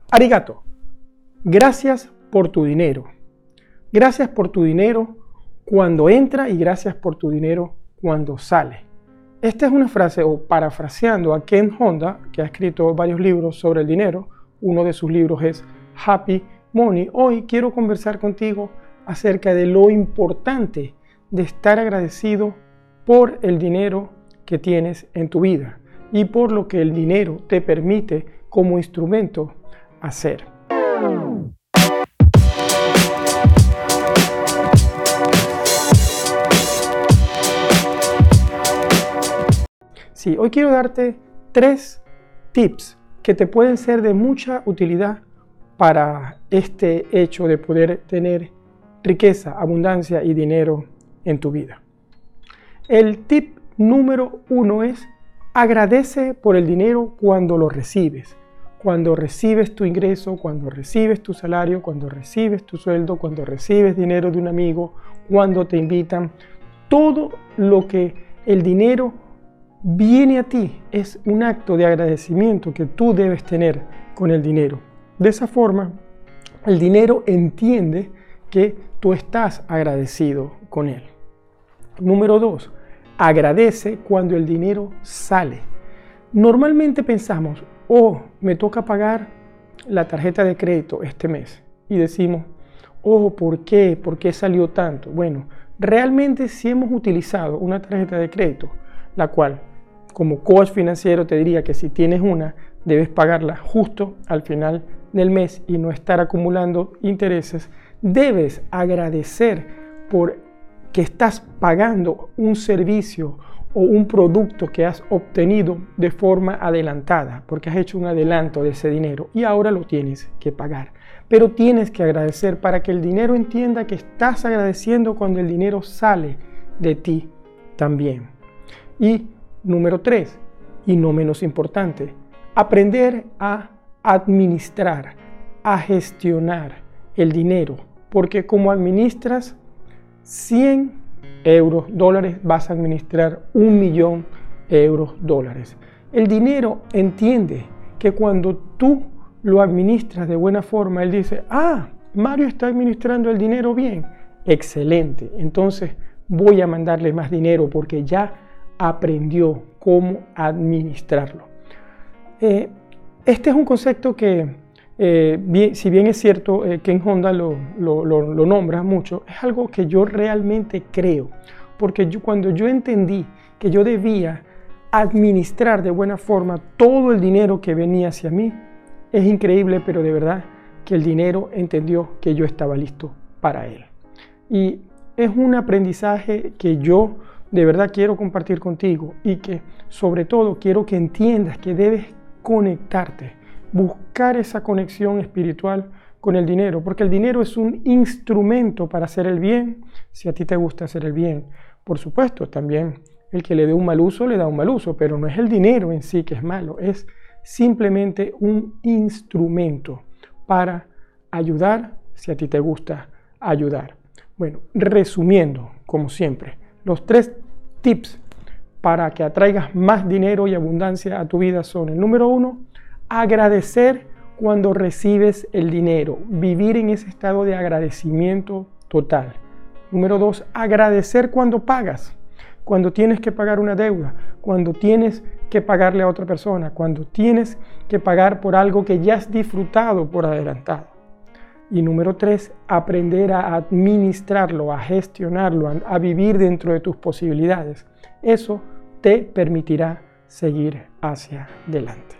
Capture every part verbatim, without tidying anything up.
Arigato. Gracias por tu dinero. Gracias por tu dinero cuando entra y gracias por tu dinero cuando sale. Esta es una frase, o parafraseando a Ken Honda, que ha escrito varios libros sobre el dinero. Uno de sus libros es Happy Money. Hoy quiero conversar contigo acerca de lo importante de estar agradecido por el dinero que tienes en tu vida y por lo que el dinero te permite como instrumento hacer. Sí, hoy quiero darte tres tips que te pueden ser de mucha utilidad para este hecho de poder tener riqueza, abundancia y dinero en tu vida. El tip número uno es: agradece por el dinero cuando lo recibes. Cuando recibes tu ingreso, cuando recibes tu salario, cuando recibes tu sueldo, cuando recibes dinero de un amigo, cuando te invitan, todo lo que el dinero viene a ti es un acto de agradecimiento que tú debes tener con el dinero. De esa forma, el dinero entiende que tú estás agradecido con él. Número dos, agradece cuando el dinero sale. Normalmente pensamos, oh, me toca pagar la tarjeta de crédito este mes. Y decimos, oh, ¿por qué? ¿Por qué salió tanto? Bueno, realmente si hemos utilizado una tarjeta de crédito, la cual como coach financiero te diría que si tienes una, debes pagarla justo al final del mes y no estar acumulando intereses. Debes agradecer por que estás pagando un servicio o un producto que has obtenido de forma adelantada, porque has hecho un adelanto de ese dinero y ahora lo tienes que pagar. Pero tienes que agradecer para que el dinero entienda que estás agradeciendo cuando el dinero sale de ti también. Y número tres, y no menos importante, aprender a administrar, a gestionar el dinero, porque como administras cien euros, dólares, vas a administrar un millón de euros, dólares. El dinero entiende que cuando tú lo administras de buena forma, él dice, ah, Mario está administrando el dinero bien, excelente, entonces voy a mandarle más dinero porque ya aprendió cómo administrarlo. Eh, este es un concepto que, eh, bien, si bien es cierto, eh, Ken Honda lo, lo, lo, lo nombra mucho, es algo que yo realmente creo, porque yo, cuando yo entendí que yo debía administrar de buena forma todo el dinero que venía hacia mí, es increíble, pero de verdad que el dinero entendió que yo estaba listo para él. Y es un aprendizaje que yo de verdad quiero compartir contigo y que sobre todo quiero que entiendas que debes conectarte, buscar esa conexión espiritual con el dinero, porque el dinero es un instrumento para hacer el bien, si a ti te gusta hacer el bien. Por supuesto, también el que le dé un mal uso, le da un mal uso, pero no es el dinero en sí que es malo, es simplemente un instrumento para ayudar, si a ti te gusta ayudar. Bueno, resumiendo, como siempre, los tres tips para que atraigas más dinero y abundancia a tu vida son: el número uno, agradecer cuando recibes el dinero, vivir en ese estado de agradecimiento total. Número dos, agradecer cuando pagas, cuando tienes que pagar una deuda, cuando tienes que pagarle a otra persona, cuando tienes que pagar por algo que ya has disfrutado por adelantado. Y número tres, aprender a administrarlo, a gestionarlo, a, a vivir dentro de tus posibilidades. Eso te permitirá seguir hacia adelante.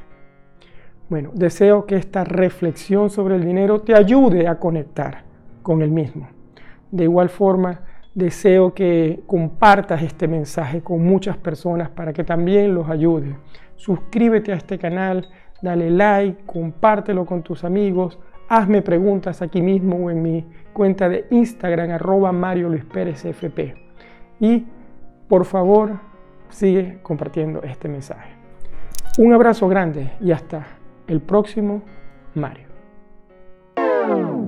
Bueno, deseo que esta reflexión sobre el dinero te ayude a conectar con el mismo. De igual forma, deseo que compartas este mensaje con muchas personas para que también los ayude. Suscríbete a este canal, dale like, compártelo con tus amigos. Hazme preguntas aquí mismo o en mi cuenta de Instagram, arroba Mario Luis Pérez F P. Y por favor, sigue compartiendo este mensaje. Un abrazo grande y hasta el próximo Mario.